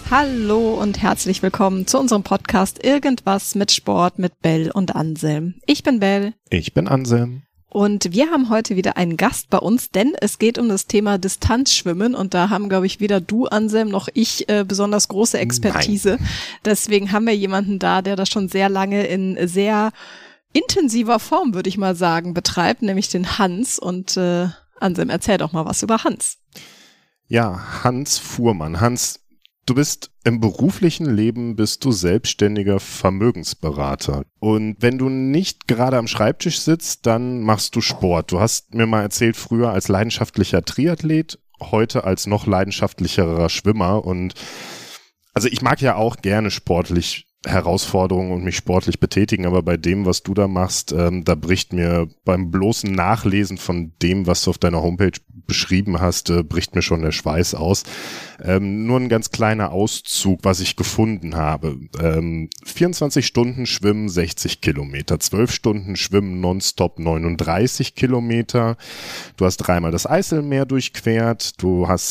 Hallo und herzlich willkommen zu unserem Podcast Irgendwas mit Sport mit Bell und Anselm. Ich bin Bell. Ich bin Anselm. Und wir haben heute wieder einen Gast bei uns, denn es geht um das Thema Distanzschwimmen und da haben, glaube ich, weder du, Anselm, noch ich besonders große Expertise. Nein. Deswegen haben wir jemanden da, der das schon sehr lange in sehr intensiver Form, würde ich mal sagen, betreibt, nämlich den Hans. Und Anselm, erzähl doch mal was über Hans. Ja, Hans Fuhrmann. Hans, du bist im beruflichen Leben selbstständiger Vermögensberater. Und wenn du nicht gerade am Schreibtisch sitzt, dann machst du Sport. Du hast mir mal erzählt, früher als leidenschaftlicher Triathlet, heute als noch leidenschaftlicherer Schwimmer. Und also ich mag ja auch gerne sportlich Herausforderungen und mich sportlich betätigen, aber bei dem, was du da machst, da bricht mir beim bloßen Nachlesen von dem, was du auf deiner Homepage beschrieben hast, bricht mir schon der Schweiß aus. Nur ein ganz kleiner Auszug, was ich gefunden habe. 24 Stunden Schwimmen 60 Kilometer, 12 Stunden Schwimmen nonstop 39 Kilometer. Du hast dreimal das Eiselmeer durchquert. Du hast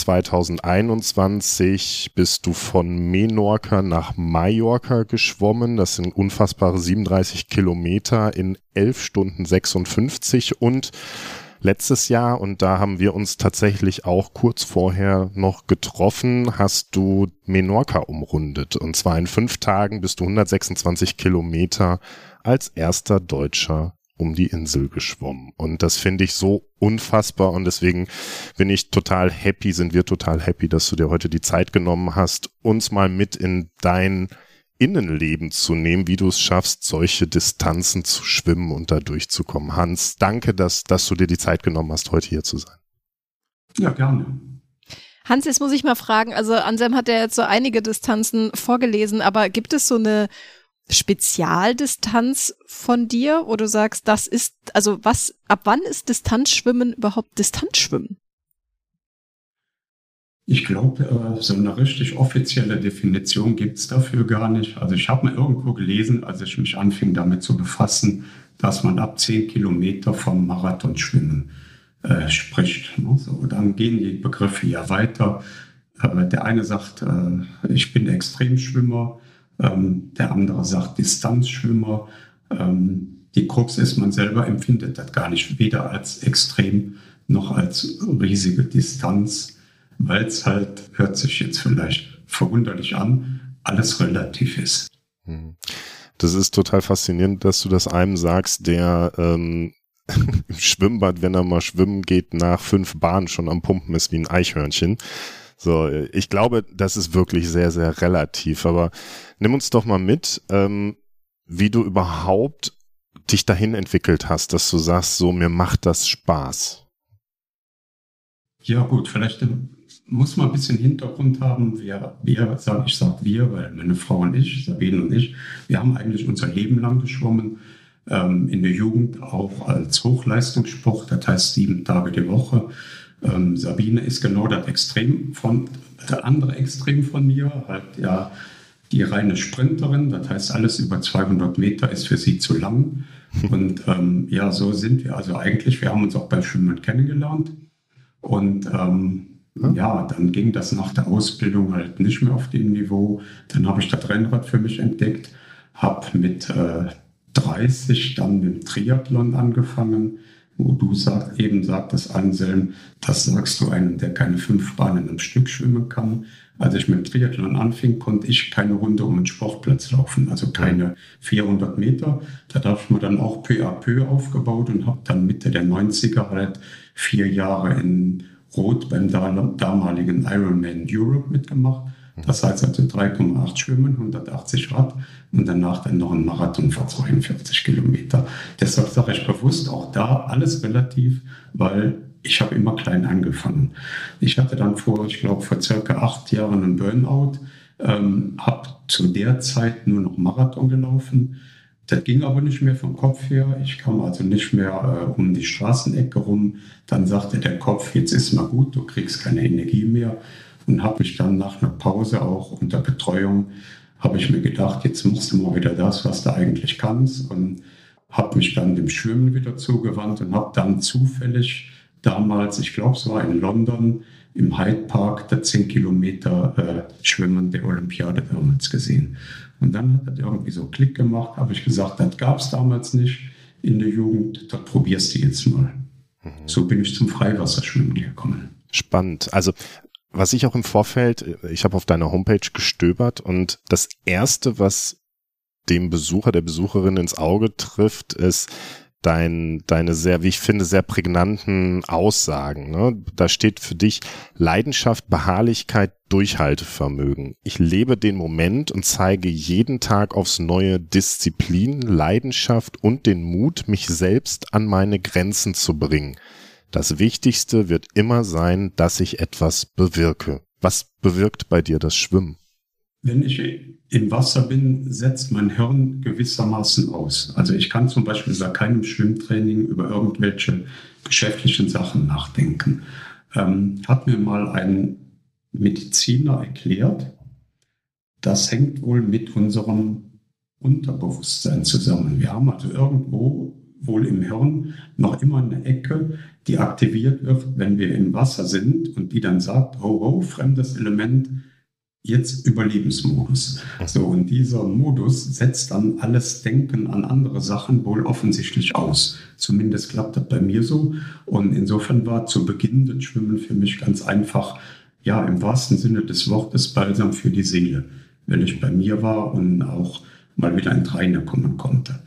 2021 bist du von Menorca nach Mallorca geschwommen. Das sind unfassbare 37 Kilometer in 11 Stunden 56 und letztes Jahr, und da haben wir uns tatsächlich auch kurz vorher noch getroffen, hast du Menorca umrundet. Und zwar in 5 Tagen bist du 126 Kilometer als erster Deutscher um die Insel geschwommen. Und das finde ich so unfassbar und deswegen sind wir total happy, dass du dir heute die Zeit genommen hast, uns mal mit in dein Innenleben zu nehmen, wie du es schaffst, solche Distanzen zu schwimmen und da durchzukommen. Hans, danke, dass du dir die Zeit genommen hast, heute hier zu sein. Ja, gerne. Hans, jetzt muss ich mal fragen, also Anselm hat ja jetzt so einige Distanzen vorgelesen, aber gibt es so eine Spezialdistanz von dir, wo du sagst, das ist, also ab wann ist Distanzschwimmen überhaupt Distanzschwimmen? Ich glaube, so eine richtig offizielle Definition gibt es dafür gar nicht. Also ich habe mal irgendwo gelesen, als ich mich anfing damit zu befassen, dass man ab 10 Kilometer vom Marathonschwimmen spricht. So, dann gehen die Begriffe ja weiter. Der eine sagt, ich bin Extremschwimmer, der andere sagt Distanzschwimmer. Die Krux ist, man selber empfindet das gar nicht, weder als extrem noch als riesige Distanz. Weil es halt, hört sich jetzt vielleicht verwunderlich an, alles relativ ist. Das ist total faszinierend, dass du das einem sagst, der im Schwimmbad, wenn er mal schwimmen geht, nach 5 Bahnen schon am Pumpen ist wie ein Eichhörnchen. So, ich glaube, das ist wirklich sehr, sehr relativ. Aber nimm uns doch mal mit, wie du überhaupt dich dahin entwickelt hast, dass du sagst, so, mir macht das Spaß. Ja gut, vielleicht muss man ein bisschen Hintergrund haben. Ich sage wir, weil meine Frau und ich, Sabine und ich, wir haben eigentlich unser Leben lang geschwommen, in der Jugend auch als Hochleistungssport, das heißt 7 Tage die Woche. Sabine ist genau das andere Extrem von mir, halt ja die reine Sprinterin, das heißt alles über 200 Meter ist für sie zu lang. Und ja, so sind wir also eigentlich, wir haben uns auch beim Schwimmen kennengelernt. Und ja, dann ging das nach der Ausbildung halt nicht mehr auf dem Niveau. Dann habe ich das Rennrad für mich entdeckt, habe mit 30 dann mit dem Triathlon angefangen, wo du sagtest, Anselm, das sagst du einem, der keine 5 Bahnen am Stück schwimmen kann. Als ich mit dem Triathlon anfing, konnte ich keine Runde um den Sportplatz laufen, also keine 400 Meter. Da habe ich mir dann auch peu à peu aufgebaut und habe dann Mitte der 90er halt 4 Jahre in Rot beim damaligen Ironman Europe mitgemacht. Das heißt also 3,8 Schwimmen, 180 Rad und danach dann noch ein Marathon für 42 Kilometer. Deshalb sage ich bewusst auch da alles relativ, weil ich habe immer klein angefangen. Ich hatte dann vor circa 8 Jahren einen Burnout, habe zu der Zeit nur noch Marathon gelaufen. Das ging aber nicht mehr vom Kopf her. Ich kam also nicht mehr um die Straßenecke rum. Dann sagte der Kopf, jetzt ist mal gut, du kriegst keine Energie mehr. Und habe mich dann nach einer Pause auch unter Betreuung, habe ich mir gedacht, jetzt machst du mal wieder das, was du eigentlich kannst. Und habe mich dann dem Schwimmen wieder zugewandt und habe dann zufällig damals, ich glaube, es war in London, im Hyde Park, der 10 Kilometer Schwimmen der Olympiade damals gesehen. Und dann hat das irgendwie so Klick gemacht, habe ich gesagt, das gab es damals nicht in der Jugend, das probierst du jetzt mal. So bin ich zum Freiwasserschwimmen gekommen. Spannend. Also was ich auch im Vorfeld, ich habe auf deiner Homepage gestöbert und das Erste, was dem Besucher, der Besucherin ins Auge trifft, ist deine sehr, wie ich finde, sehr prägnanten Aussagen. Ne? Da steht für dich Leidenschaft, Beharrlichkeit, Durchhaltevermögen. Ich lebe den Moment und zeige jeden Tag aufs neue Disziplin, Leidenschaft und den Mut, mich selbst an meine Grenzen zu bringen. Das Wichtigste wird immer sein, dass ich etwas bewirke. Was bewirkt bei dir das Schwimmen? Wenn ich im Wasser bin, setzt mein Hirn gewissermaßen aus. Also ich kann zum Beispiel bei keinem Schwimmtraining über irgendwelche geschäftlichen Sachen nachdenken. Hat mir mal ein Mediziner erklärt, das hängt wohl mit unserem Unterbewusstsein zusammen. Wir haben also irgendwo wohl im Hirn noch immer eine Ecke, die aktiviert wird, wenn wir im Wasser sind und die dann sagt, ho, ho, fremdes Element, jetzt Überlebensmodus. So, und dieser Modus setzt dann alles Denken an andere Sachen wohl offensichtlich aus. Zumindest klappt das bei mir so. Und insofern war zu Beginn das Schwimmen für mich ganz einfach, ja, im wahrsten Sinne des Wortes Balsam für die Seele, wenn ich bei mir war und auch mal wieder in die Reine kommen konnte.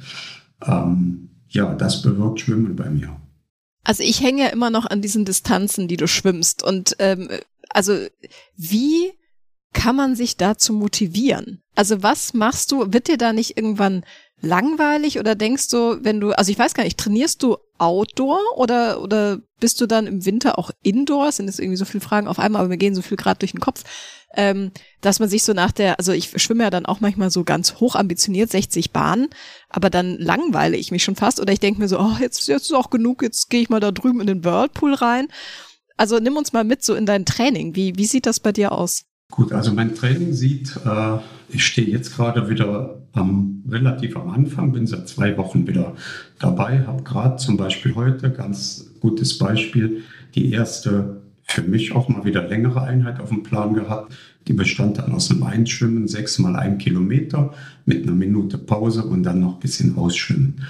Ja, das bewirkt Schwimmen bei mir. Also ich hänge ja immer noch an diesen Distanzen, die du schwimmst. Und also wie kann man sich dazu motivieren? Also was machst du? Wird dir da nicht irgendwann langweilig oder denkst du, wenn du, also ich weiß gar nicht, trainierst du Outdoor oder bist du dann im Winter auch Indoor? Sind jetzt irgendwie so viele Fragen auf einmal, aber mir gehen so viel gerade durch den Kopf, dass man sich so also ich schwimme ja dann auch manchmal so ganz hoch ambitioniert, 60 Bahnen, aber dann langweile ich mich schon fast oder ich denke mir so, oh, jetzt ist auch genug, jetzt gehe ich mal da drüben in den Whirlpool rein. Also nimm uns mal mit so in dein Training. Wie sieht das bei dir aus? Gut, also mein Training sieht, ich stehe jetzt gerade wieder relativ am Anfang, bin seit 2 Wochen wieder dabei, habe gerade zum Beispiel heute, ganz gutes Beispiel, die erste für mich auch mal wieder längere Einheit auf dem Plan gehabt. Die bestand dann aus einem Einschwimmen, 6 mal 1 Kilometer mit einer Minute Pause und dann noch ein bisschen Ausschwimmen.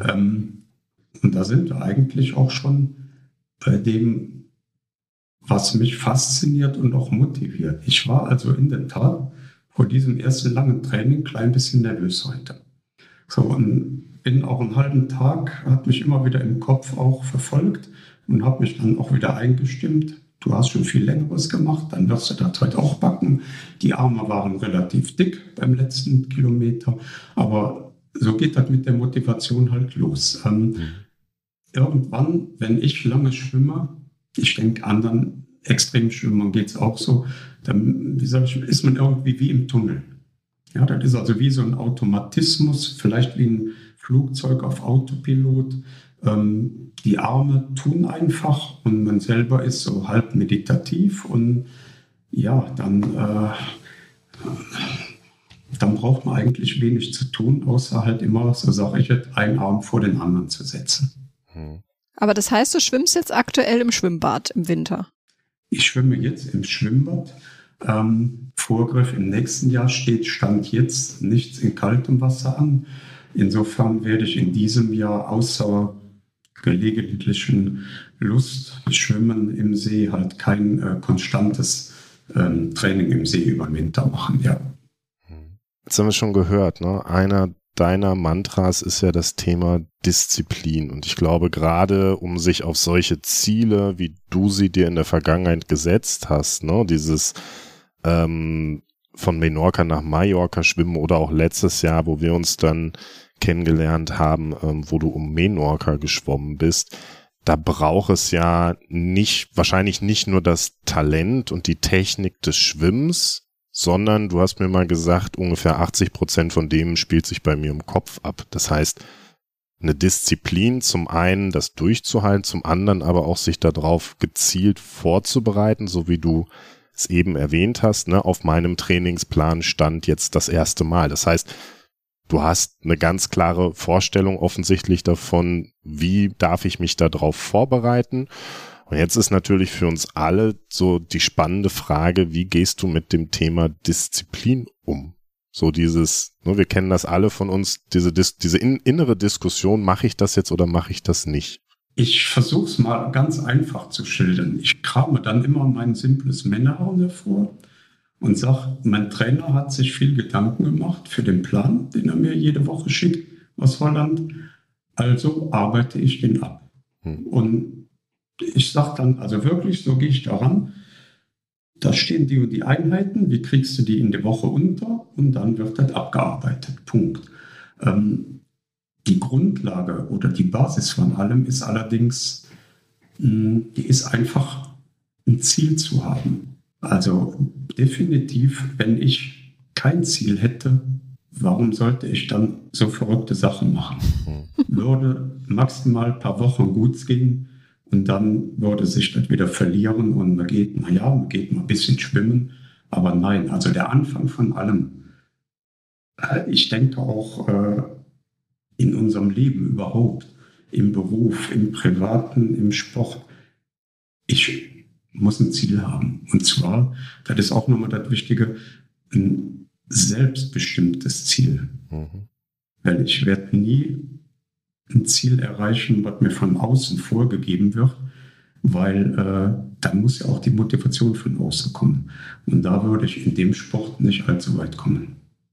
Und da sind wir eigentlich auch schon bei dem, was mich fasziniert und auch motiviert. Ich war also in der Tat vor diesem ersten langen Training ein klein bisschen nervös heute. So, und bin auch einen halben Tag, hat mich immer wieder im Kopf auch verfolgt und habe mich dann auch wieder eingestimmt. Du hast schon viel Längeres gemacht, dann wirst du das heute auch backen. Die Arme waren relativ dick beim letzten Kilometer, aber so geht das mit der Motivation halt los. Irgendwann, wenn ich lange schwimme, ich denke, anderen Extremschwimmern geht es auch so, dann ist man irgendwie wie im Tunnel. Ja, das ist also wie so ein Automatismus, vielleicht wie ein Flugzeug auf Autopilot. Die Arme tun einfach und man selber ist so halb meditativ und ja, dann braucht man eigentlich wenig zu tun, außer halt immer, so sage ich jetzt, einen Arm vor den anderen zu setzen. Aber das heißt, du schwimmst jetzt aktuell im Schwimmbad im Winter? Ich schwimme jetzt im Schwimmbad. Vorgriff im nächsten Jahr stand jetzt nichts in kaltem Wasser an. Insofern werde ich in diesem Jahr außer gelegentlichen Lustschwimmen im See halt kein konstantes Training im See über den Winter machen. Ja. Jetzt haben wir schon gehört, ne? Einer deiner Mantras ist ja das Thema Disziplin. Und ich glaube, gerade um sich auf solche Ziele, wie du sie dir in der Vergangenheit gesetzt hast, ne, dieses von Menorca nach Mallorca schwimmen oder auch letztes Jahr, wo wir uns dann kennengelernt haben, wo du um Menorca geschwommen bist, da braucht es ja wahrscheinlich nicht nur das Talent und die Technik des Schwimmens, sondern du hast mir mal gesagt, ungefähr 80% von dem spielt sich bei mir im Kopf ab. Das heißt, eine Disziplin, zum einen das durchzuhalten, zum anderen aber auch sich darauf gezielt vorzubereiten, so wie du es eben erwähnt hast, ne, auf meinem Trainingsplan stand jetzt das erste Mal. Das heißt, du hast eine ganz klare Vorstellung offensichtlich davon, wie darf ich mich darauf vorbereiten. Und jetzt ist natürlich für uns alle so die spannende Frage, wie gehst du mit dem Thema Disziplin um? So dieses, wir kennen das alle von uns, diese innere Diskussion, mache ich das jetzt oder mache ich das nicht? Ich versuche es mal ganz einfach zu schildern. Ich krame dann immer mein simples Männerhauen hervor und sage, mein Trainer hat sich viel Gedanken gemacht für den Plan, den er mir jede Woche schickt aus Holland. Also arbeite ich den ab. Und ich sage dann, also wirklich, so gehe ich daran, da stehen die und die Einheiten, wie kriegst du die in der Woche unter und dann wird das abgearbeitet. Punkt. Die Grundlage oder die Basis von allem ist allerdings, die ist einfach ein Ziel zu haben. Also definitiv, wenn ich kein Ziel hätte, warum sollte ich dann so verrückte Sachen machen? Würde maximal ein paar Wochen gut gehen und dann würde sich das wieder verlieren und man geht mal ein bisschen schwimmen. Aber nein, also der Anfang von allem. Ich denke auch in unserem Leben überhaupt, im Beruf, im Privaten, im Sport. Ich muss ein Ziel haben. Und zwar, das ist auch nochmal das Wichtige, ein selbstbestimmtes Ziel. Weil ich werde nie ein Ziel erreichen, was mir von außen vorgegeben wird, weil dann muss ja auch die Motivation von außen kommen. Und da würde ich in dem Sport nicht allzu weit kommen.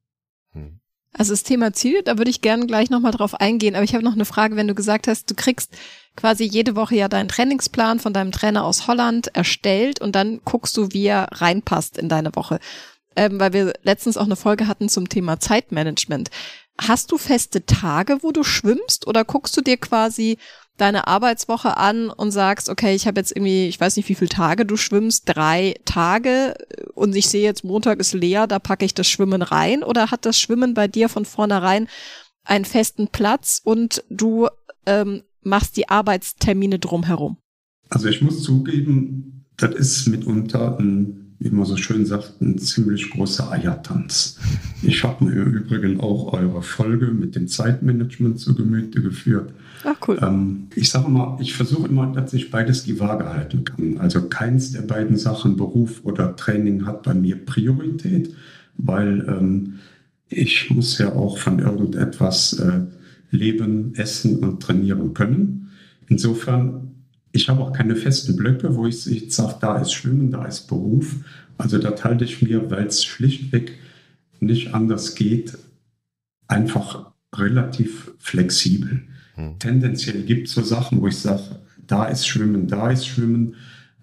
Also das Thema Ziel, da würde ich gerne gleich nochmal drauf eingehen, aber ich habe noch eine Frage, wenn du gesagt hast, du kriegst quasi jede Woche ja deinen Trainingsplan von deinem Trainer aus Holland erstellt und dann guckst du, wie er reinpasst in deine Woche. Weil wir letztens auch eine Folge hatten zum Thema Zeitmanagement. Hast du feste Tage, wo du schwimmst oder guckst du dir quasi deine Arbeitswoche an und sagst, okay, ich habe jetzt irgendwie, ich weiß nicht, wie viele Tage du schwimmst, 3 Tage und ich sehe jetzt, Montag ist leer, da packe ich das Schwimmen rein, oder hat das Schwimmen bei dir von vornherein einen festen Platz und du machst die Arbeitstermine drumherum? Also ich muss zugeben, das ist mitunter wie man so schön sagt, ein ziemlich großer Eiertanz. Ich habe mir im Übrigen auch eure Folge mit dem Zeitmanagement zu Gemüte geführt. Ach cool. Ich sage mal, ich versuche immer, dass ich beides die Waage halten kann. Also keins der beiden Sachen, Beruf oder Training, hat bei mir Priorität, weil ich muss ja auch von irgendetwas leben, essen und trainieren können. Insofern, ich habe auch keine festen Blöcke, wo ich sage, da ist Schwimmen, da ist Beruf. Also das halte ich mir, weil es schlichtweg nicht anders geht, einfach relativ flexibel. Tendenziell gibt es so Sachen, wo ich sage, da ist Schwimmen, da ist Schwimmen.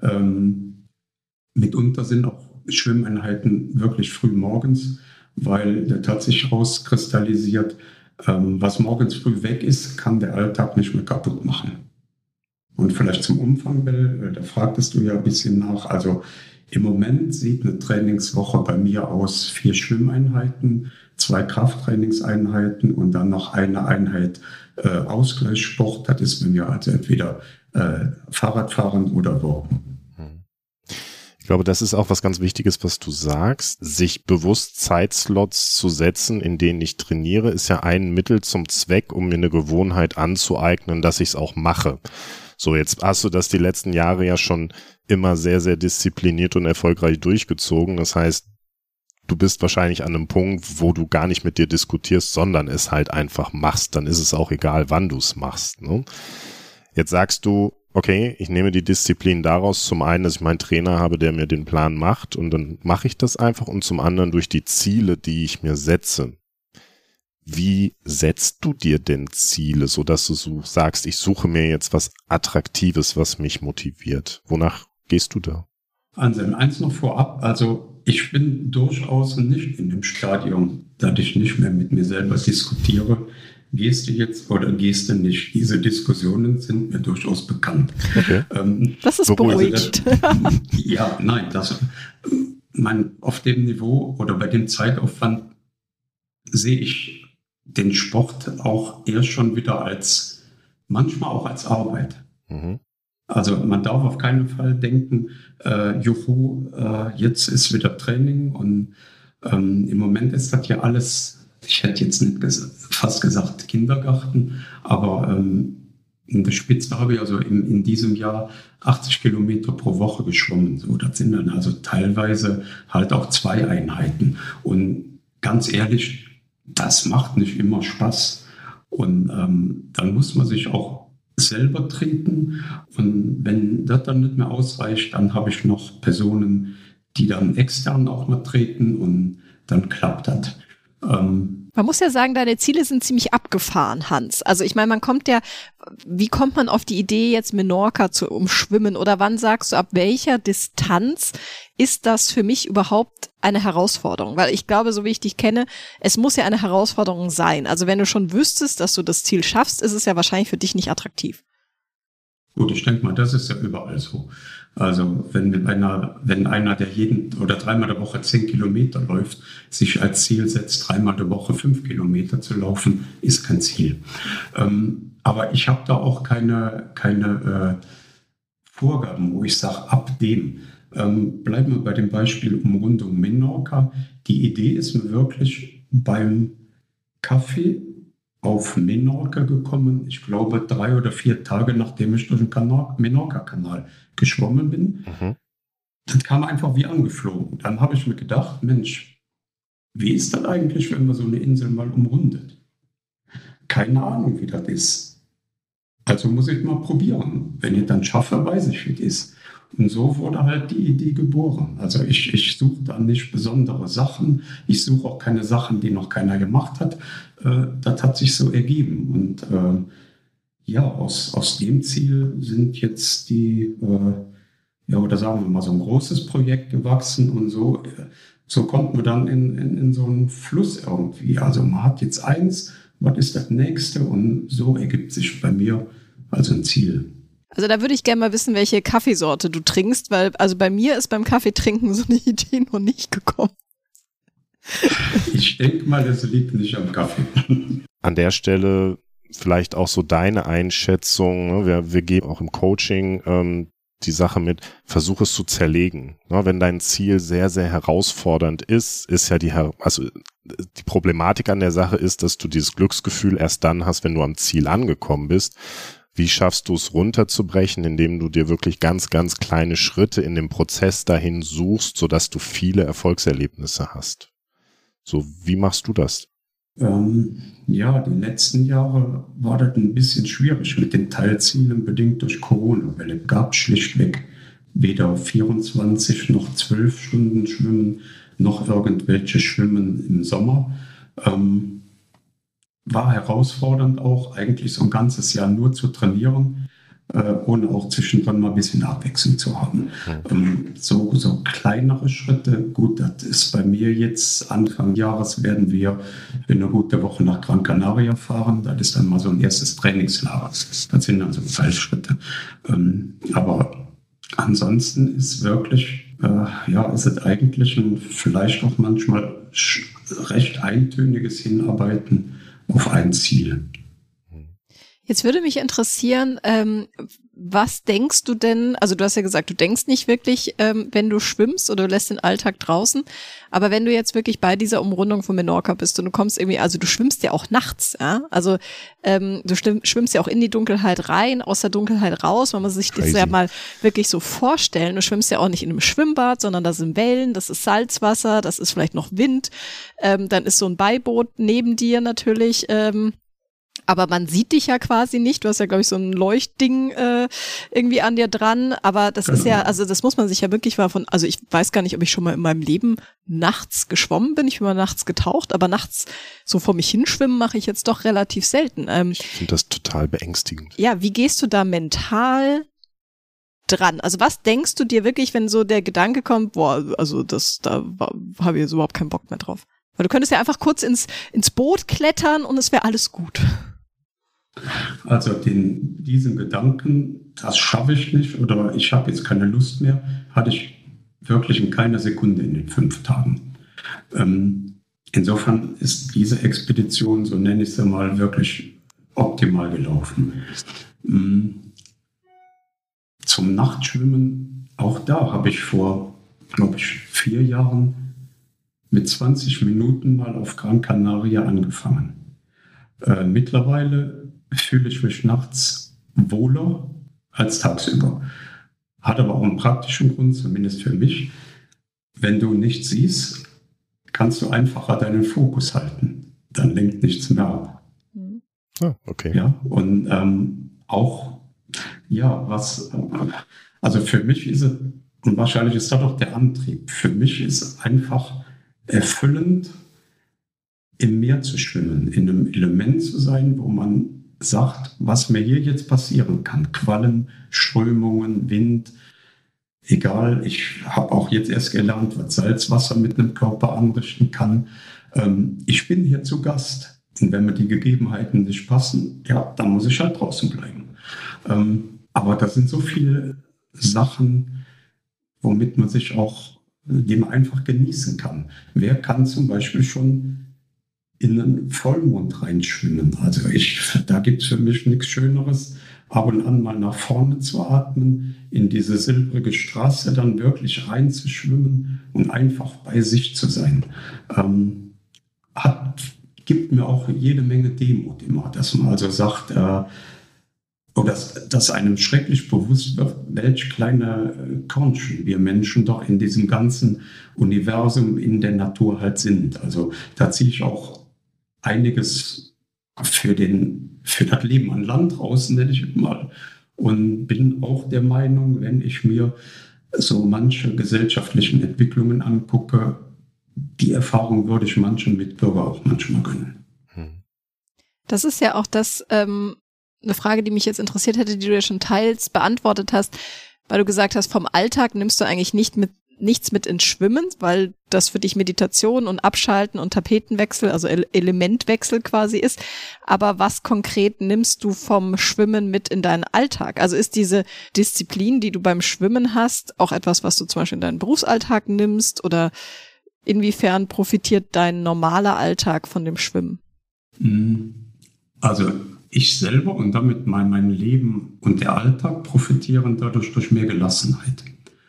Mitunter sind auch Schwimmeinheiten wirklich früh morgens, weil das hat sich rauskristallisiert, was morgens früh weg ist, kann der Alltag nicht mehr kaputt machen. Und vielleicht zum Umfang, Bill, da fragtest du ja ein bisschen nach. Also im Moment sieht eine Trainingswoche bei mir aus 4 Schwimmeinheiten, 2 Krafttrainingseinheiten und dann noch eine Einheit Ausgleichssport. Das ist bei mir also entweder Fahrradfahren oder Walken. Ich glaube, das ist auch was ganz Wichtiges, was du sagst. Sich bewusst Zeitslots zu setzen, in denen ich trainiere, ist ja ein Mittel zum Zweck, um mir eine Gewohnheit anzueignen, dass ich es auch mache. So, jetzt hast du das die letzten Jahre ja schon immer sehr, sehr diszipliniert und erfolgreich durchgezogen. Das heißt, du bist wahrscheinlich an einem Punkt, wo du gar nicht mit dir diskutierst, sondern es halt einfach machst. Dann ist es auch egal, wann du es machst, ne? Jetzt sagst du, okay, ich nehme die Disziplin daraus, zum einen, dass ich meinen Trainer habe, der mir den Plan macht und dann mache ich das einfach, und zum anderen durch die Ziele, die ich mir setze. Wie setzt du dir denn Ziele, sodass du sagst, ich suche mir jetzt was Attraktives, was mich motiviert? Wonach gehst du da? Anselm, eins noch vorab, also ich bin durchaus nicht in dem Stadium, dass ich nicht mehr mit mir selber diskutiere, gehst du jetzt oder gehst du nicht. Diese Diskussionen sind mir durchaus bekannt. Okay. Das ist beruhigt. Ja, nein, auf dem Niveau oder bei dem Zeitaufwand sehe ich den Sport auch eher schon wieder manchmal auch als Arbeit. Also man darf auf keinen Fall denken, jetzt ist wieder Training und im Moment ist das ja alles, ich hätte jetzt nicht fast gesagt Kindergarten, aber in der Spitze habe ich also in diesem Jahr 80 Kilometer pro Woche geschwommen. So, das sind dann also teilweise halt auch 2 Einheiten. Und ganz ehrlich, das macht nicht immer Spaß. Und dann muss man sich auch selber treten. Und wenn das dann nicht mehr ausreicht, dann habe ich noch Personen, die dann extern auch mal treten und dann klappt das. Man muss ja sagen, deine Ziele sind ziemlich abgefahren, Hans. Also ich meine, wie kommt man auf die Idee, jetzt Menorca zu umschwimmen? Oder wann sagst du, ab welcher Distanz ist das für mich überhaupt eine Herausforderung? Weil ich glaube, so wie ich dich kenne, es muss ja eine Herausforderung sein. Also wenn du schon wüsstest, dass du das Ziel schaffst, ist es ja wahrscheinlich für dich nicht attraktiv. Gut, ich denke mal, das ist ja überall so. Also wenn einer, der jeden oder 3-mal der Woche 10 Kilometer läuft, sich als Ziel setzt, 3-mal der Woche 5 Kilometer zu laufen, ist kein Ziel. Aber ich habe da auch keine Vorgaben, wo ich sage, ab dem. Bleiben wir bei dem Beispiel Umrundung Menorca. Die Idee ist mir wirklich beim Kaffee auf Menorca gekommen, ich glaube 3 oder 4 Tage, nachdem ich durch den Menorca-Kanal geschwommen bin. Das kam einfach wie angeflogen. Dann habe ich mir gedacht, Mensch, wie ist das eigentlich, wenn man so eine Insel mal umrundet? Keine Ahnung, wie das ist. Also muss ich mal probieren. Wenn ich dann schaffe, weiß ich, wie das ist. Und so wurde halt die Idee geboren. Also ich suche da nicht besondere Sachen. Ich suche auch keine Sachen, die noch keiner gemacht hat. Das hat sich so ergeben. Und aus dem Ziel sind jetzt oder sagen wir mal, so ein großes Projekt gewachsen. Und so kommt man dann in so einen Fluss irgendwie. Also man hat jetzt eins, was ist das nächste? Und so ergibt sich bei mir also ein Ziel. Also da würde ich gerne mal wissen, welche Kaffeesorte du trinkst, weil also bei mir ist beim Kaffeetrinken so eine Idee noch nicht gekommen. Ich denke mal, das liegt nicht am Kaffee. An der Stelle vielleicht auch so deine Einschätzung, ne? Wir geben auch im Coaching die Sache mit, versuch es zu zerlegen. Ne? Wenn dein Ziel sehr, sehr herausfordernd ist ja die Problematik an der Sache ist, dass du dieses Glücksgefühl erst dann hast, wenn du am Ziel angekommen bist. Wie schaffst du es runterzubrechen, indem du dir wirklich ganz, ganz kleine Schritte in dem Prozess dahin suchst, sodass du viele Erfolgserlebnisse hast? So, wie machst du das? Die letzten Jahre war das ein bisschen schwierig mit den Teilzielen, bedingt durch Corona, weil es gab schlichtweg weder 24 noch 12 Stunden Schwimmen, noch irgendwelche Schwimmen im Sommer. War herausfordernd auch, eigentlich so ein ganzes Jahr nur zu trainieren, ohne auch zwischendrin mal ein bisschen Abwechslung zu haben. So kleinere Schritte, gut, das ist bei mir jetzt Anfang Jahres werden wir eine gute Woche nach Gran Canaria fahren, das ist dann mal so ein erstes Trainingslager. Das sind dann so Teilschritte. Aber ansonsten ist wirklich, ist es eigentlich vielleicht auch manchmal recht eintöniges Hinarbeiten auf ein Ziel. Jetzt würde mich interessieren, was denkst du denn, also du hast ja gesagt, du denkst nicht wirklich, wenn du schwimmst oder du lässt den Alltag draußen, aber wenn du jetzt wirklich bei dieser Umrundung von Menorca bist und du kommst irgendwie, also du schwimmst ja auch nachts, ja, also du schwimmst ja auch in die Dunkelheit rein, aus der Dunkelheit raus, man muss sich das ja mal wirklich so vorstellen, du schwimmst ja auch nicht in einem Schwimmbad, sondern das sind Wellen, das ist Salzwasser, das ist vielleicht noch Wind, dann ist so ein Beiboot neben dir natürlich, aber man sieht dich ja quasi nicht. Du hast ja, glaube ich, so ein Leuchtding irgendwie an dir dran. Aber das ist ja, also das muss man sich ja wirklich mal also ich weiß gar nicht, ob ich schon mal in meinem Leben nachts geschwommen bin. Ich bin mal nachts getaucht, aber nachts so vor mich hinschwimmen mache ich jetzt doch relativ selten. Ich finde das total beängstigend. Ja, wie gehst du da mental dran? Also was denkst du dir wirklich, wenn so der Gedanke kommt, also da habe ich jetzt überhaupt keinen Bock mehr drauf? Weil du könntest ja einfach kurz ins Boot klettern und es wäre alles gut. Also diesen Gedanken, das schaffe ich nicht oder ich habe jetzt keine Lust mehr, hatte ich wirklich in keiner Sekunde in den 5 Tagen. Insofern ist diese Expedition, so nenne ich sie mal, wirklich optimal gelaufen. Zum Nachtschwimmen, auch da habe ich vor, glaube ich, 4 Jahren mit 20 Minuten mal auf Gran Canaria angefangen. Mittlerweile fühle ich mich nachts wohler als tagsüber. Hat aber auch einen praktischen Grund, zumindest für mich. Wenn du nichts siehst, kannst du einfacher deinen Fokus halten. Dann lenkt nichts mehr ab. Ah, okay. Ja, und auch, ja, also für mich ist es, und wahrscheinlich ist das auch der Antrieb, für mich ist es einfach erfüllend, im Meer zu schwimmen, in einem Element zu sein, wo man sagt, was mir hier jetzt passieren kann. Quallen, Strömungen, Wind, egal. Ich habe auch jetzt erst gelernt, was Salzwasser mit einem Körper anrichten kann. Ich bin hier zu Gast. Und wenn mir die Gegebenheiten nicht passen, ja, dann muss ich halt draußen bleiben. Aber das sind so viele Sachen, womit man sich auch, die man einfach genießen kann. Wer kann zum Beispiel schon in einen Vollmond reinschwimmen? Also da gibt es für mich nichts Schöneres, ab und an mal nach vorne zu atmen, in diese silbrige Straße dann wirklich reinzuschwimmen und einfach bei sich zu sein. Gibt mir auch jede Menge Demut immer, dass man also sagt, oder dass einem schrecklich bewusst wird, welch kleine Körnchen wir Menschen doch in diesem ganzen Universum in der Natur halt sind. Also da ziehe ich auch einiges für das Leben an Land raus, nenne ich es mal. Und bin auch der Meinung, wenn ich mir so manche gesellschaftlichen Entwicklungen angucke, die Erfahrung würde ich manchen Mitbürger auch manchmal gönnen. Das ist ja auch eine Frage, die mich jetzt interessiert hätte, die du ja schon teils beantwortet hast, weil du gesagt hast, vom Alltag nimmst du eigentlich nichts mit ins Schwimmen, weil das für dich Meditation und Abschalten und Tapetenwechsel, also Elementwechsel quasi ist. Aber was konkret nimmst du vom Schwimmen mit in deinen Alltag? Also ist diese Disziplin, die du beim Schwimmen hast, auch etwas, was du zum Beispiel in deinen Berufsalltag nimmst, oder inwiefern profitiert dein normaler Alltag von dem Schwimmen? Also ich selber und damit mein Leben und der Alltag profitieren dadurch durch mehr Gelassenheit.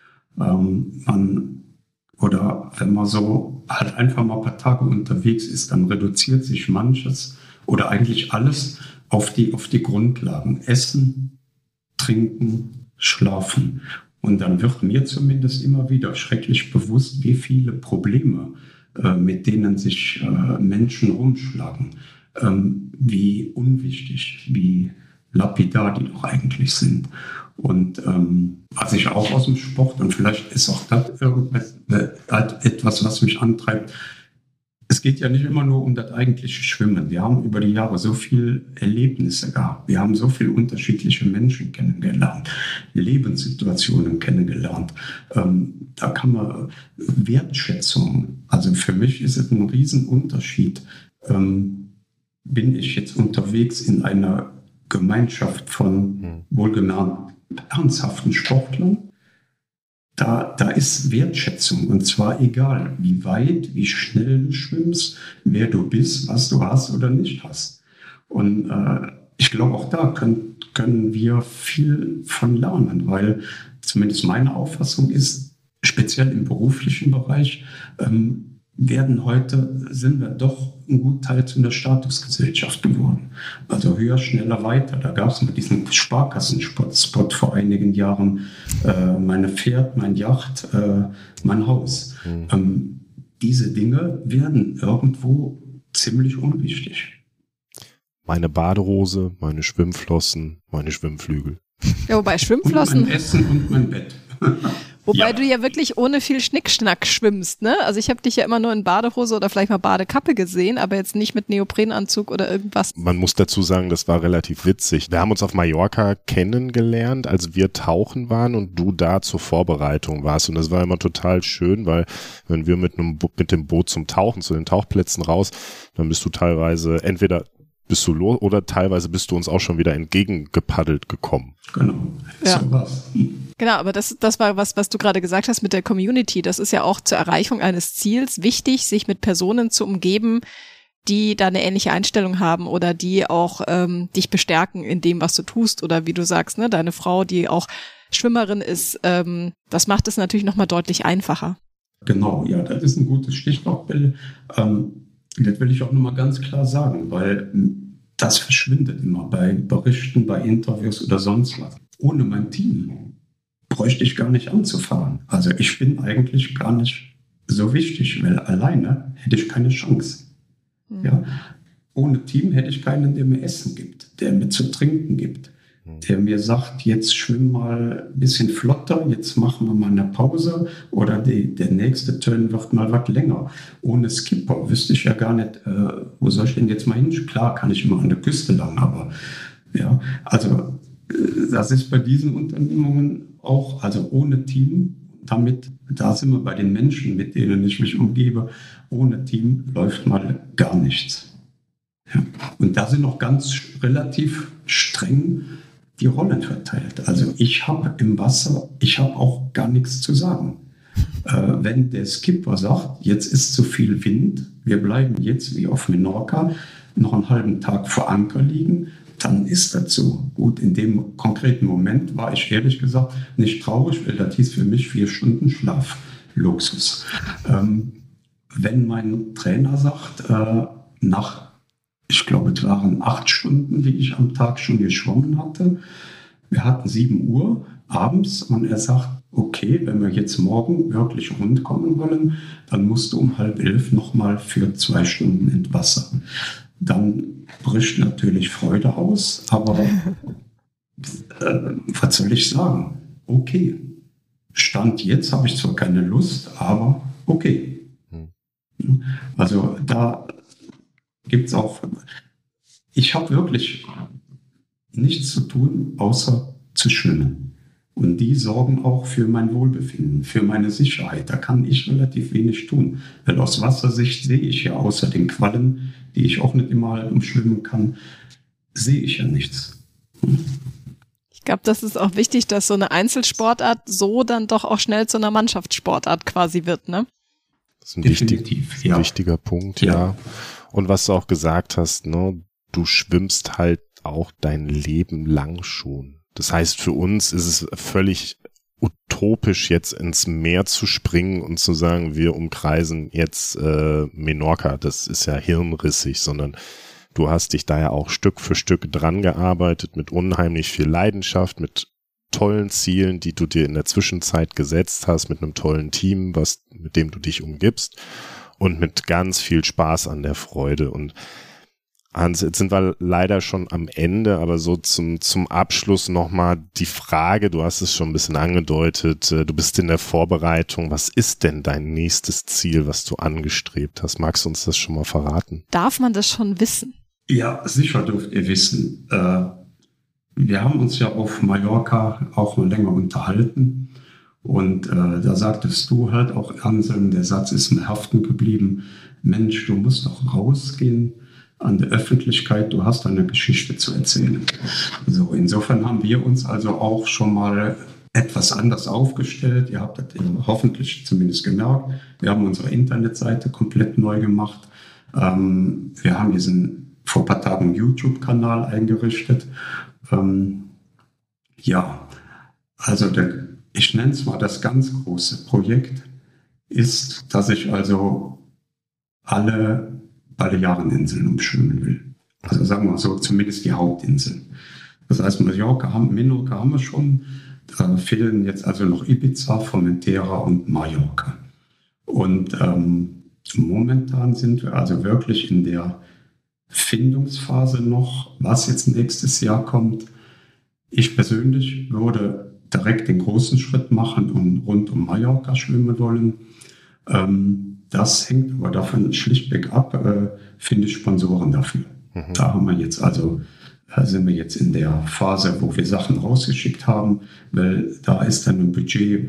Oder wenn man so halt einfach mal ein paar Tage unterwegs ist, dann reduziert sich manches oder eigentlich alles auf die Grundlagen. Essen, trinken, schlafen. Und dann wird mir zumindest immer wieder schrecklich bewusst, wie viele Probleme, mit denen sich Menschen rumschlagen, wie unwichtig, wie lapidar die doch eigentlich sind. Und was ich auch aus dem Sport, und vielleicht ist auch das etwas, was mich antreibt, es geht ja nicht immer nur um das eigentliche Schwimmen. Wir haben über die Jahre so viele Erlebnisse gehabt. Wir haben so viele unterschiedliche Menschen kennengelernt, Lebenssituationen kennengelernt. Da kann man Wertschätzung, also für mich ist es ein Riesenunterschied. Bin ich jetzt unterwegs in einer Gemeinschaft von wohlgemerkt ernsthaften Sportlern? Da ist Wertschätzung, und zwar egal, wie weit, wie schnell du schwimmst, wer du bist, was du hast oder nicht hast. Und ich glaube, auch da können wir viel von lernen, weil zumindest meine Auffassung ist, speziell im beruflichen Bereich, sind wir doch ein guter Teil zu einer Statusgesellschaft geworden. Also höher, schneller, weiter. Da gab es mal diesen Sparkassenspot vor einigen Jahren. Meine Pferd, mein Yacht, mein Haus. Diese Dinge werden irgendwo ziemlich unwichtig. Meine Badehose, meine Schwimmflossen, meine Schwimmflügel. Ja, wobei Schwimmflossen... Und mein Essen und mein Bett. Wobei du ja wirklich ohne viel Schnickschnack schwimmst, ne? Also ich habe dich ja immer nur in Badehose oder vielleicht mal Badekappe gesehen, aber jetzt nicht mit Neoprenanzug oder irgendwas. Man muss dazu sagen, das war relativ witzig. Wir haben uns auf Mallorca kennengelernt, als wir tauchen waren und du da zur Vorbereitung warst. Und das war immer total schön, weil wenn wir mit dem Boot zum Tauchen, zu den Tauchplätzen raus, dann bist du teilweise entweder bist du los oder teilweise bist du uns auch schon wieder entgegengepaddelt gekommen. Genau, ja. So was. Genau, aber das war was du gerade gesagt hast mit der Community. Das ist ja auch zur Erreichung eines Ziels wichtig, sich mit Personen zu umgeben, die da eine ähnliche Einstellung haben oder die auch dich bestärken in dem, was du tust. Oder wie du sagst, ne, deine Frau, die auch Schwimmerin ist, das macht es natürlich nochmal deutlich einfacher. Genau, ja, das ist ein gutes Stichwort, Bill. Das will ich auch nochmal ganz klar sagen, weil das verschwindet immer bei Berichten, bei Interviews oder sonst was. Ohne mein Team bräuchte ich gar nicht anzufahren. Also ich bin eigentlich gar nicht so wichtig, weil alleine hätte ich keine Chance. Ja? Ohne Team hätte ich keinen, der mir Essen gibt, der mir zu trinken gibt, der mir sagt, jetzt schwimm mal ein bisschen flotter, jetzt machen wir mal eine Pause oder der nächste Turn wird mal was länger. Ohne Skipper wüsste ich ja gar nicht, wo soll ich denn jetzt mal hin? Klar kann ich immer an der Küste lang, aber ja, also das ist bei diesen Unternehmungen auch, also ohne Team, da sind wir bei den Menschen, mit denen ich mich umgebe, ohne Team läuft mal gar nichts. Ja. Und da sind noch ganz relativ streng die Rollen verteilt. Also ich habe im Wasser, ich habe auch gar nichts zu sagen. Wenn der Skipper sagt, jetzt ist zu viel Wind, wir bleiben jetzt wie auf Menorca noch einen halben Tag vor Anker liegen, dann ist das so. Gut, in dem konkreten Moment war ich ehrlich gesagt nicht traurig, weil das hieß für mich 4 Stunden Schlaf. Luxus. Wenn mein Trainer sagt, ich glaube, es waren 8 Stunden, die ich am Tag schon geschwommen hatte. Wir hatten 7 Uhr abends und er sagt, okay, wenn wir jetzt morgen wirklich rund kommen wollen, dann musst du um 10:30 nochmal für 2 Stunden ins Wasser. Dann bricht natürlich Freude aus, aber was soll ich sagen? Okay. Stand jetzt habe ich zwar keine Lust, aber okay. Also da gibt es auch, ich habe wirklich nichts zu tun, außer zu schwimmen. Und die sorgen auch für mein Wohlbefinden, für meine Sicherheit. Da kann ich relativ wenig tun. Weil aus Wassersicht sehe ich ja außer den Quallen, die ich auch nicht immer umschwimmen kann, sehe ich ja nichts. Ich glaube, das ist auch wichtig, dass so eine Einzelsportart so dann doch auch schnell zu einer Mannschaftssportart quasi wird, ne? Das ist ein wichtiger Punkt, ja. Und was du auch gesagt hast, ne, du schwimmst halt auch dein Leben lang schon. Das heißt, für uns ist es völlig utopisch, jetzt ins Meer zu springen und zu sagen, wir umkreisen jetzt Menorca. Das ist ja hirnrissig, sondern du hast dich da ja auch Stück für Stück dran gearbeitet mit unheimlich viel Leidenschaft, mit tollen Zielen, die du dir in der Zwischenzeit gesetzt hast, mit einem tollen Team, mit dem du dich umgibst und mit ganz viel Spaß an der Freude. Und Hans, jetzt sind wir leider schon am Ende, aber so zum Abschluss nochmal die Frage, du hast es schon ein bisschen angedeutet, du bist in der Vorbereitung. Was ist denn dein nächstes Ziel, was du angestrebt hast? Magst du uns das schon mal verraten? Darf man das schon wissen? Ja, sicher dürft ihr wissen. Wir haben uns ja auf Mallorca auch noch länger unterhalten und da sagtest du halt auch, Anselm, der Satz ist mir haften geblieben, Mensch, du musst doch rausgehen an der Öffentlichkeit, du hast eine Geschichte zu erzählen. So, insofern haben wir uns also auch schon mal etwas anders aufgestellt. Ihr habt das hoffentlich zumindest gemerkt. Wir haben unsere Internetseite komplett neu gemacht. Wir haben vor ein paar Tagen einen YouTube-Kanal eingerichtet. Ich nenne es mal das ganz große Projekt, ist, dass ich also alle Baleareninseln umschwimmen will. Also sagen wir so, zumindest die Hauptinseln. Das heißt, Menorca haben wir schon, da fehlen jetzt also noch Ibiza, Formentera und Mallorca. Und momentan sind wir also wirklich in der Findungsphase noch, was jetzt nächstes Jahr kommt. Ich persönlich würde direkt den großen Schritt machen und rund um Mallorca schwimmen wollen. Das hängt aber davon schlichtweg ab, finde ich Sponsoren dafür. Da haben wir jetzt sind wir jetzt in der Phase, wo wir Sachen rausgeschickt haben, weil da ist dann ein Budget,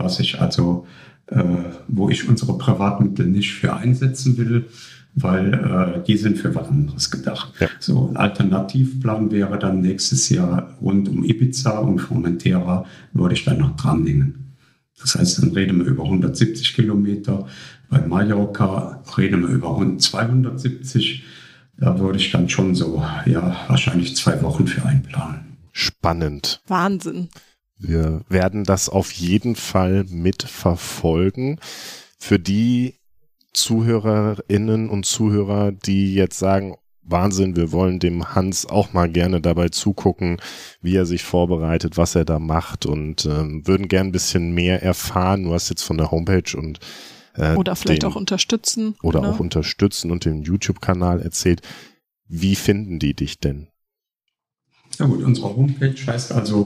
wo ich unsere Privatmittel nicht für einsetzen will, weil die sind für was anderes gedacht. Ja. So, ein Alternativplan wäre dann nächstes Jahr rund um Ibiza und Formentera würde ich dann noch dran hängen. Das heißt, dann reden wir über 170 Kilometer. Bei Mallorca reden wir über rund 270. Da würde ich dann schon wahrscheinlich 2 Wochen für einplanen. Spannend. Wahnsinn. Wir werden das auf jeden Fall mitverfolgen. Für die Zuhörerinnen und Zuhörer, die jetzt sagen, Wahnsinn, wir wollen dem Hans auch mal gerne dabei zugucken, wie er sich vorbereitet, was er da macht und würden gern ein bisschen mehr erfahren. Du hast jetzt von der Homepage und oder vielleicht auch unterstützen. Oder auch unterstützen und den YouTube-Kanal erzählt. Wie finden die dich denn? Ja gut, unsere Homepage heißt also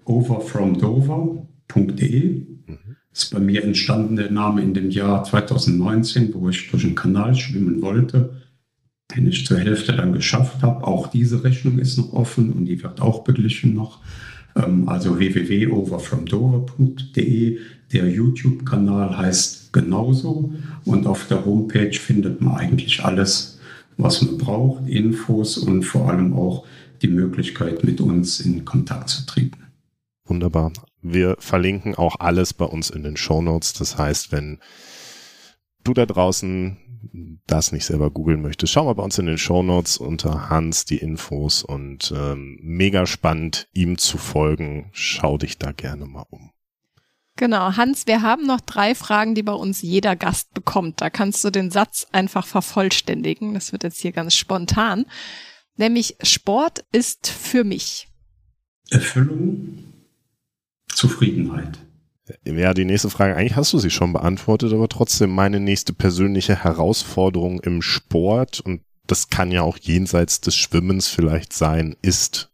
overfromdover.de. Ist bei mir entstanden der Name in dem Jahr 2019, wo ich durch den Kanal schwimmen wollte, den ich zur Hälfte dann geschafft habe. Auch diese Rechnung ist noch offen und die wird auch beglichen noch. Also www.overfromdover.de. Der YouTube-Kanal heißt genauso und auf der Homepage findet man eigentlich alles, was man braucht, Infos und vor allem auch die Möglichkeit, mit uns in Kontakt zu treten. Wunderbar. Wir verlinken auch alles bei uns in den Shownotes. Das heißt, wenn du da draußen das nicht selber googeln möchtest, schau mal bei uns in den Shownotes unter Hans die Infos und mega spannend, ihm zu folgen. Schau dich da gerne mal um. Genau, Hans, wir haben noch 3 Fragen, die bei uns jeder Gast bekommt. Da kannst du den Satz einfach vervollständigen. Das wird jetzt hier ganz spontan. Nämlich, Sport ist für mich Erfüllung, Zufriedenheit. Ja, die nächste Frage, eigentlich hast du sie schon beantwortet, aber trotzdem meine nächste persönliche Herausforderung im Sport, und das kann ja auch jenseits des Schwimmens vielleicht sein, ist...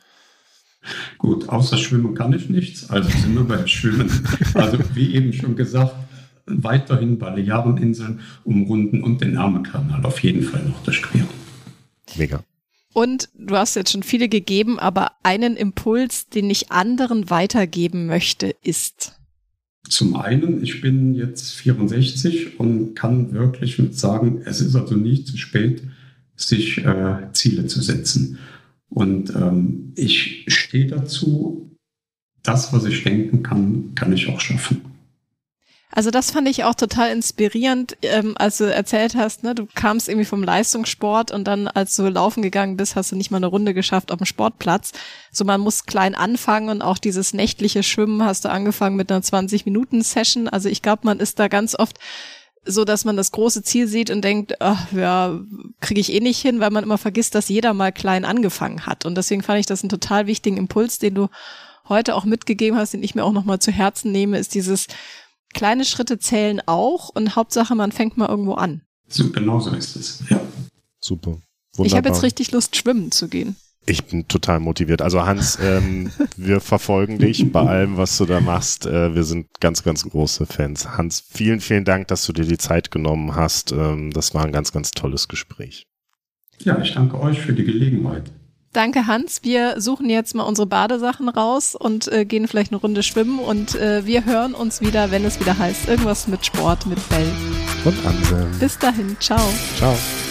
Gut, außer Schwimmen kann ich nichts, also sind wir beim Schwimmen. Also wie eben schon gesagt, weiterhin Baleareninseln umrunden und den Ärmelkanal auf jeden Fall noch durchqueren. Mega. Und du hast jetzt schon viele gegeben, aber einen Impuls, den ich anderen weitergeben möchte, ist? Zum einen, ich bin jetzt 64 und kann wirklich sagen, es ist also nie zu spät, sich Ziele zu setzen. Und ich stehe dazu, das, was ich denken kann, kann ich auch schaffen. Also das fand ich auch total inspirierend, als du erzählt hast, ne, du kamst irgendwie vom Leistungssport und dann, als du laufen gegangen bist, hast du nicht mal eine Runde geschafft auf dem Sportplatz. So, man muss klein anfangen und auch dieses nächtliche Schwimmen hast du angefangen mit einer 20-Minuten-Session. Also ich glaube, man ist da ganz oft so, dass man das große Ziel sieht und denkt, ach, ja, kriege ich eh nicht hin, weil man immer vergisst, dass jeder mal klein angefangen hat. Und deswegen fand ich das einen total wichtigen Impuls, den du heute auch mitgegeben hast, den ich mir auch nochmal zu Herzen nehme, ist dieses kleine Schritte zählen auch und Hauptsache, man fängt mal irgendwo an. So, genau so ist es, ja. Super. Wunderbar. Ich habe jetzt richtig Lust, schwimmen zu gehen. Ich bin total motiviert. Also Hans, wir verfolgen dich bei allem, was du da machst. Wir sind ganz, ganz große Fans. Hans, vielen, vielen Dank, dass du dir die Zeit genommen hast. Das war ein ganz, ganz tolles Gespräch. Ja, ich danke euch für die Gelegenheit. Danke, Hans. Wir suchen jetzt mal unsere Badesachen raus und gehen vielleicht eine Runde schwimmen. Und wir hören uns wieder, wenn es wieder heißt, irgendwas mit Sport, mit Bell. Und Anselm. Bis dahin. Ciao. Ciao.